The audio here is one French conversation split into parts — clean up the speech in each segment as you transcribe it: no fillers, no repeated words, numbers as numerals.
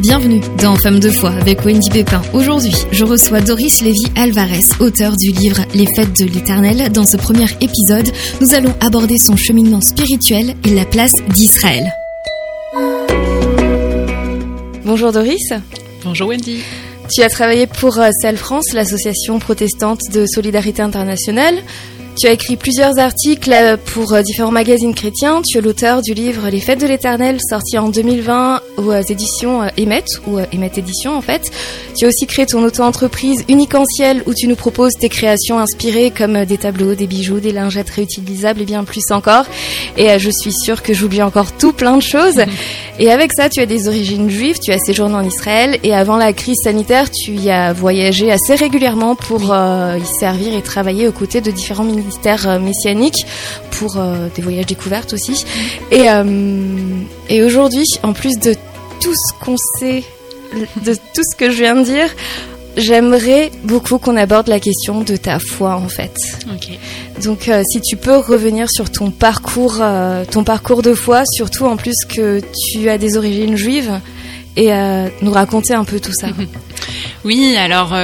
Bienvenue dans Femmes de foi avec Wendy Pépin. Aujourd'hui, je reçois Doris Lévy-Alvarez, auteure du livre Les Fêtes de l'Éternel. Dans ce premier épisode, nous allons aborder son cheminement spirituel et la place d'Israël. Bonjour Doris. Bonjour Wendy. Tu as travaillé pour CEL France, l'association protestante de solidarité internationale. Tu as écrit plusieurs articles pour différents magazines chrétiens. Tu es l'auteur du livre Les Fêtes de l'Éternel, sorti en 2020 aux éditions Emmet, ou Emmet Éditions en fait. Tu as aussi créé ton auto-entreprise Unique en Ciel, où tu nous proposes tes créations inspirées comme des tableaux, des bijoux, des lingettes réutilisables et bien plus encore. Et je suis sûre que j'oublie encore tout plein de choses. Et avec ça, tu as des origines juives, tu as séjourné en Israël et avant la crise sanitaire, tu y as voyagé assez régulièrement pour y servir et travailler aux côtés de différents ministères messianiques pour des voyages découvertes aussi. Et aujourd'hui, en plus de tout ce qu'on sait, de tout ce que je viens de dire, j'aimerais beaucoup qu'on aborde la question de ta foi en fait. Okay. Donc si tu peux revenir sur ton parcours de foi, surtout en plus que tu as des origines juives et nous raconter un peu tout ça. Oui, alors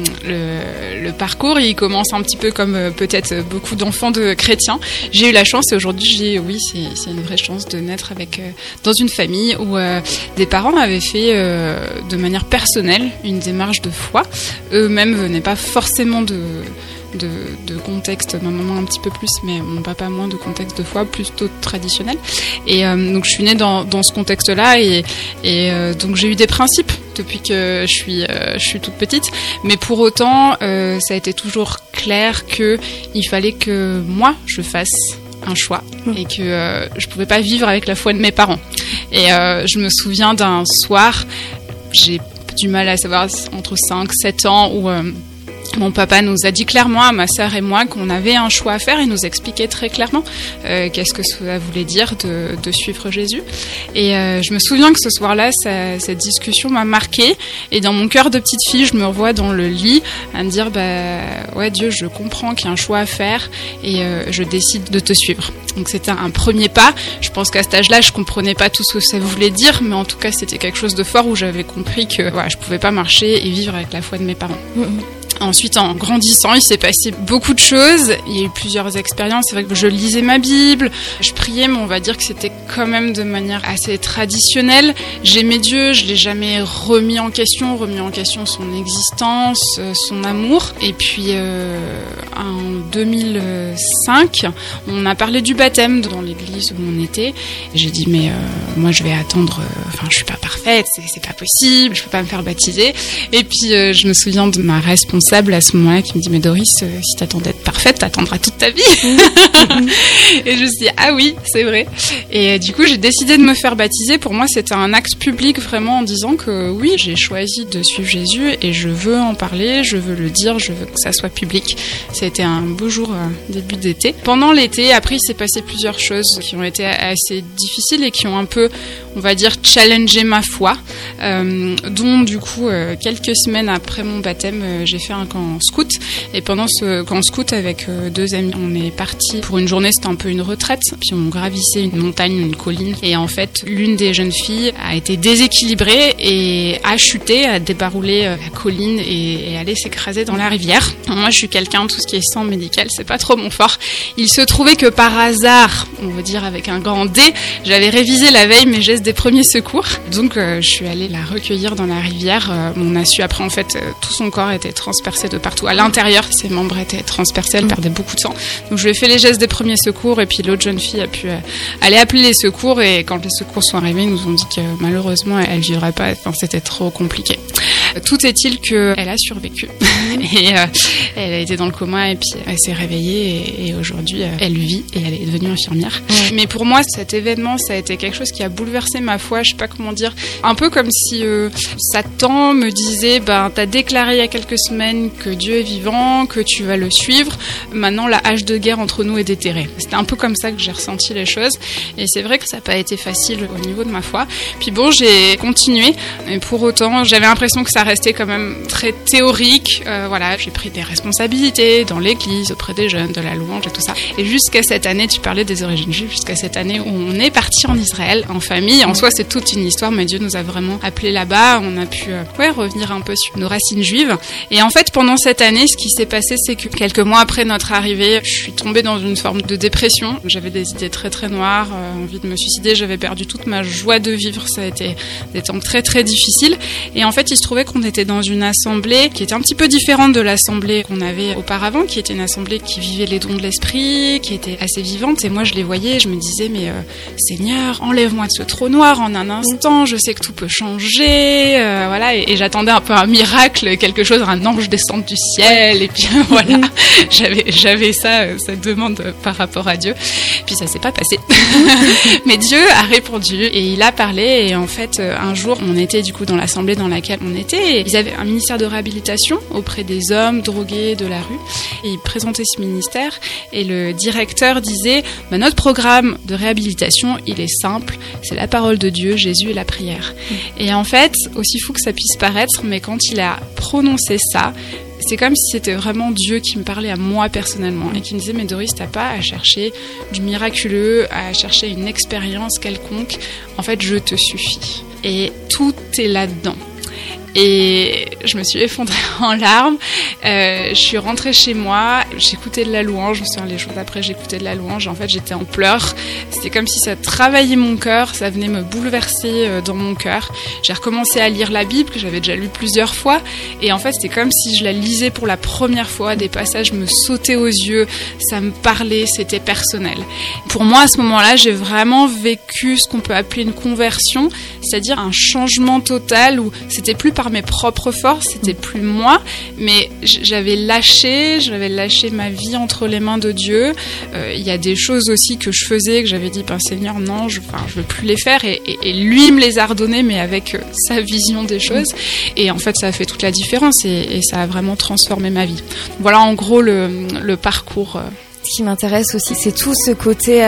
le parcours, il commence un petit peu comme peut-être beaucoup d'enfants de chrétiens. J'ai eu la chance et aujourd'hui, c'est une vraie chance de naître dans une famille où des parents avaient fait de manière personnelle une démarche de foi. Eux-mêmes venaient pas forcément de contexte, ma maman un petit peu plus, mais mon papa moins, de contexte de foi plutôt traditionnel. Et donc je suis née dans ce contexte-là et donc j'ai eu des principes depuis que je suis toute petite, mais pour autant ça a été toujours clair que il fallait que moi je fasse un choix et que je pouvais pas vivre avec la foi de mes parents. Et je me souviens d'un soir, j'ai du mal à savoir, entre 5-7 ans, où mon papa nous a dit clairement, à ma sœur et moi, qu'on avait un choix à faire. Il nous expliquait très clairement qu'est-ce que ça voulait dire de suivre Jésus. Et je me souviens que ce soir-là, cette discussion m'a marquée. Et dans mon cœur de petite fille, je me revois dans le lit à me dire, ouais Dieu, je comprends qu'il y a un choix à faire et je décide de te suivre. Donc c'était un premier pas. Je pense qu'à cet âge-là, je comprenais pas tout ce que ça voulait dire, mais en tout cas, c'était quelque chose de fort où j'avais compris que je pouvais pas marcher et vivre avec la foi de mes parents. Ensuite, en grandissant, il s'est passé beaucoup de choses. Il y a eu plusieurs expériences. C'est vrai que je lisais ma Bible, je priais, mais on va dire que c'était quand même de manière assez traditionnelle. J'aimais Dieu, je l'ai jamais remis en question son existence, son amour. Et puis, en 2005, on a parlé du baptême dans l'église où on était. Et j'ai dit, mais moi, je vais attendre. Je suis pas parfaite, c'est pas possible, je peux pas me faire baptiser. Et puis, je me souviens de ma responsable à ce moment-là qui me dit, mais Doris, si t'attends d'être parfaite, t'attendras toute ta vie. Et je me suis dit, ah oui, c'est vrai. Et du coup, j'ai décidé de me faire baptiser. Pour moi, c'était un acte public vraiment en disant que oui, j'ai choisi de suivre Jésus et je veux en parler, je veux le dire, je veux que ça soit public. C'était un beau jour début d'été. Pendant l'été, après, il s'est passé plusieurs choses qui ont été assez difficiles et qui ont un peu, on va dire, challengé ma foi. Dont du coup, quelques semaines après mon baptême, j'ai fait un camp scout. Et pendant ce camp scout, avec deux amis, on est partis pour une journée, c'était un peu une retraite. Puis on gravissait une montagne, une colline. Et en fait, l'une des jeunes filles a été déséquilibrée et a chuté, a débaroulé la colline et allé s'écraser dans la rivière. Alors moi, je suis quelqu'un, tout ce qui est sang médical, c'est pas trop mon fort. Il se trouvait que par hasard, on va dire avec un grand D, j'avais révisé la veille mes gestes des premiers secours. Donc, je suis allée la recueillir dans la rivière. On a su après, en fait, tout son corps était transpercé de partout. À l'intérieur, ses membres étaient transpercés, elle perdait beaucoup de sang. Donc je lui ai fait les gestes des premiers secours et puis l'autre jeune fille a pu aller appeler les secours et quand les secours sont arrivés, ils nous ont dit que malheureusement, elle vivrait pas. Enfin, c'était trop compliqué. Tout est-il qu'elle a survécu et elle a été dans le coma et puis elle s'est réveillée et aujourd'hui elle vit et elle est devenue infirmière. Mais pour moi, cet événement, ça a été quelque chose qui a bouleversé ma foi, je sais pas comment dire, un peu comme si Satan me disait, t'as déclaré il y a quelques semaines que Dieu est vivant, que tu vas le suivre, maintenant la hache de guerre entre nous est déterrée. C'était un peu comme ça que j'ai ressenti les choses et c'est vrai que ça n'a pas été facile au niveau de ma foi. Puis bon, j'ai continué et pour autant, j'avais l'impression que ça ça restait quand même très théorique. Voilà, j'ai pris des responsabilités dans l'église, auprès des jeunes, de la louange et tout ça. Et jusqu'à cette année, tu parlais des origines juives, jusqu'à cette année où on est parti en Israël, en famille. En soi, c'est toute une histoire, mais Dieu nous a vraiment appelés là-bas. On a pu revenir un peu sur nos racines juives. Et en fait, pendant cette année, ce qui s'est passé, c'est que quelques mois après notre arrivée, je suis tombée dans une forme de dépression. J'avais des idées très très noires, envie de me suicider. J'avais perdu toute ma joie de vivre. Ça a été des temps très très difficiles. Et en fait, il se trouvait qu'on était dans une assemblée qui était un petit peu différente de l'assemblée qu'on avait auparavant, qui était une assemblée qui vivait les dons de l'esprit, qui était assez vivante. Et moi, je les voyais et je me disais, mais Seigneur, enlève-moi de ce trou noir en un instant. Je sais que tout peut changer. Voilà. Et j'attendais un peu un miracle, quelque chose, un ange descende du ciel. Et puis voilà, j'avais cette demande par rapport à Dieu. Puis ça s'est pas passé. Mais Dieu a répondu et il a parlé. Et en fait, un jour, on était du coup dans l'assemblée dans laquelle on était. Et ils avaient un ministère de réhabilitation auprès des hommes drogués de la rue. Et ils présentaient ce ministère. Et le directeur disait, notre programme de réhabilitation, il est simple. C'est la parole de Dieu, Jésus et la prière. Et en fait, aussi fou que ça puisse paraître, mais quand il a prononcé ça, c'est comme si c'était vraiment Dieu qui me parlait à moi personnellement et qui me disait, mais Doris, t'as pas à chercher du miraculeux, à chercher une expérience quelconque. En fait, je te suffis. Et tout est là-dedans. Et je me suis effondrée en larmes. Je suis rentrée chez moi, j'écoutais de la louange. Je me souviens, les jours d'après, j'écoutais de la louange. En fait, j'étais en pleurs. C'était comme si ça travaillait mon cœur, ça venait me bouleverser dans mon cœur. J'ai recommencé à lire la Bible, que j'avais déjà lu plusieurs fois. Et en fait, c'était comme si je la lisais pour la première fois. Des passages me sautaient aux yeux, ça me parlait, c'était personnel. Pour moi, à ce moment-là, j'ai vraiment vécu ce qu'on peut appeler une conversion, c'est-à-dire un changement total où c'était plus par mes propres forces, c'était plus moi, mais j'avais lâché ma vie entre les mains de Dieu. Il y a des choses aussi que je faisais, que j'avais dit, Seigneur, non, je veux plus les faire, et lui me les a redonnées, mais avec sa vision des choses. Et en fait, ça a fait toute la différence, et ça a vraiment transformé ma vie. Voilà en gros le parcours. Ce qui m'intéresse aussi, c'est tout ce côté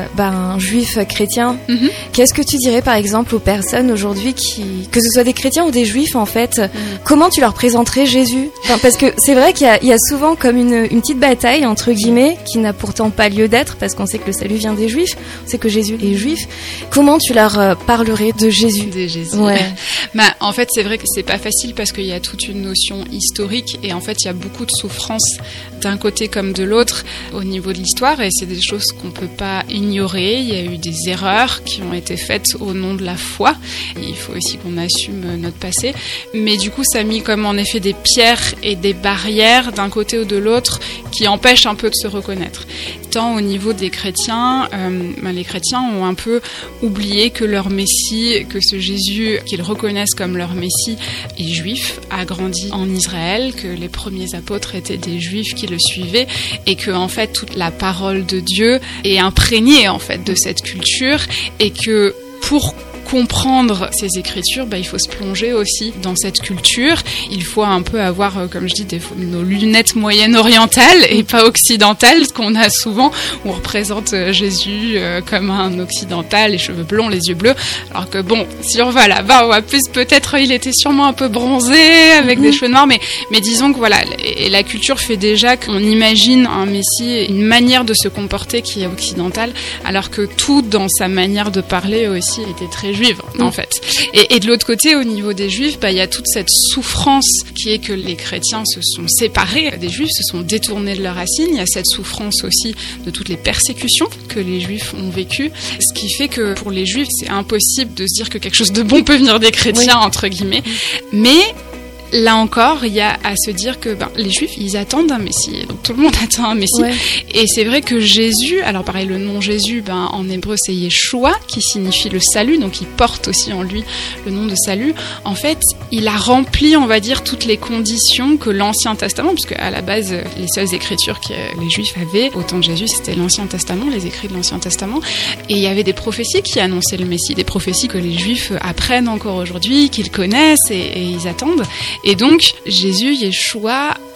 juif chrétien. Mm-hmm. Qu'est-ce que tu dirais par exemple aux personnes aujourd'hui que ce soit des chrétiens ou des juifs en fait, comment tu leur présenterais Jésus? Parce que c'est vrai qu'il y a souvent comme une petite bataille entre guillemets qui n'a pourtant pas lieu d'être, parce qu'on sait que le salut vient des juifs, on sait que Jésus est juif. Comment tu leur parlerais de Jésus? De Jésus. Ouais. En fait, c'est vrai que c'est pas facile parce qu'il y a toute une notion historique et en fait, il y a beaucoup de souffrances d'un côté comme de l'autre au niveau de l'histoire, et c'est des choses qu'on peut pas ignorer. Il y a eu des erreurs qui ont été faites au nom de la foi. Il faut aussi qu'on assume notre passé. Mais du coup, ça a mis comme en effet des pierres et des barrières d'un côté ou de l'autre qui empêchent un peu de se reconnaître. Tant au niveau des chrétiens, les chrétiens ont un peu oublié que leur Messie, que ce Jésus qu'ils reconnaissent comme leur Messie est juif, a grandi en Israël, que les premiers apôtres étaient des juifs qui le suivaient, et que en fait toute la parole de Dieu est imprégnée en fait de cette culture, et que pour comprendre ces écritures, il faut se plonger aussi dans cette culture. Il faut un peu avoir, comme je dis, nos lunettes moyen-orientales et pas occidentales, ce qu'on a souvent. On représente Jésus comme un occidental, les cheveux blonds, les yeux bleus. Alors que bon, si on va là-bas, on va plus peut-être, il était sûrement un peu bronzé, avec des cheveux noirs, mais disons que voilà, et la culture fait déjà qu'on imagine un Messie, une manière de se comporter qui est occidentale, alors que tout dans sa manière de parler aussi était très juive en fait. Et de l'autre côté, au niveau des juifs, il y a toute cette souffrance qui est que les chrétiens se sont séparés des juifs, se sont détournés de leurs racines. Il y a cette souffrance aussi de toutes les persécutions que les juifs ont vécues, ce qui fait que pour les juifs, c'est impossible de se dire que quelque chose de bon peut venir des chrétiens, entre guillemets. Mais là encore, il y a à se dire que les Juifs, ils attendent un Messie. Donc tout le monde attend un Messie. Ouais. Et c'est vrai que Jésus, alors pareil, le nom Jésus, en hébreu, c'est Yeshua, qui signifie le salut. Donc il porte aussi en lui le nom de salut. En fait, il a rempli, on va dire, toutes les conditions que l'Ancien Testament, parce qu'à la base, les seules écritures que les Juifs avaient au temps de Jésus, c'était l'Ancien Testament, les écrits de l'Ancien Testament. Et il y avait des prophéties qui annonçaient le Messie, des prophéties que les Juifs apprennent encore aujourd'hui, qu'ils connaissent et ils attendent. Et donc, Jésus, Yeshua,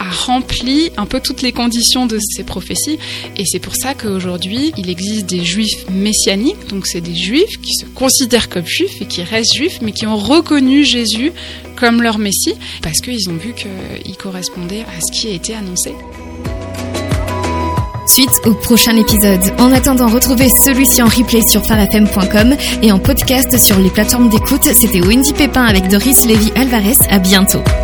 a rempli un peu toutes les conditions de ces prophéties. Et c'est pour ça qu'aujourd'hui, il existe des juifs messianiques, donc c'est des juifs qui se considèrent comme juifs et qui restent juifs, mais qui ont reconnu Jésus comme leur Messie, parce qu'ils ont vu qu'il correspondait à ce qui a été annoncé. Suite au prochain épisode. En attendant, retrouvez celui-ci en replay sur farfm.com et en podcast sur les plateformes d'écoute. C'était Wendy Pépin avec Doris Lévy-Alvarez. À bientôt.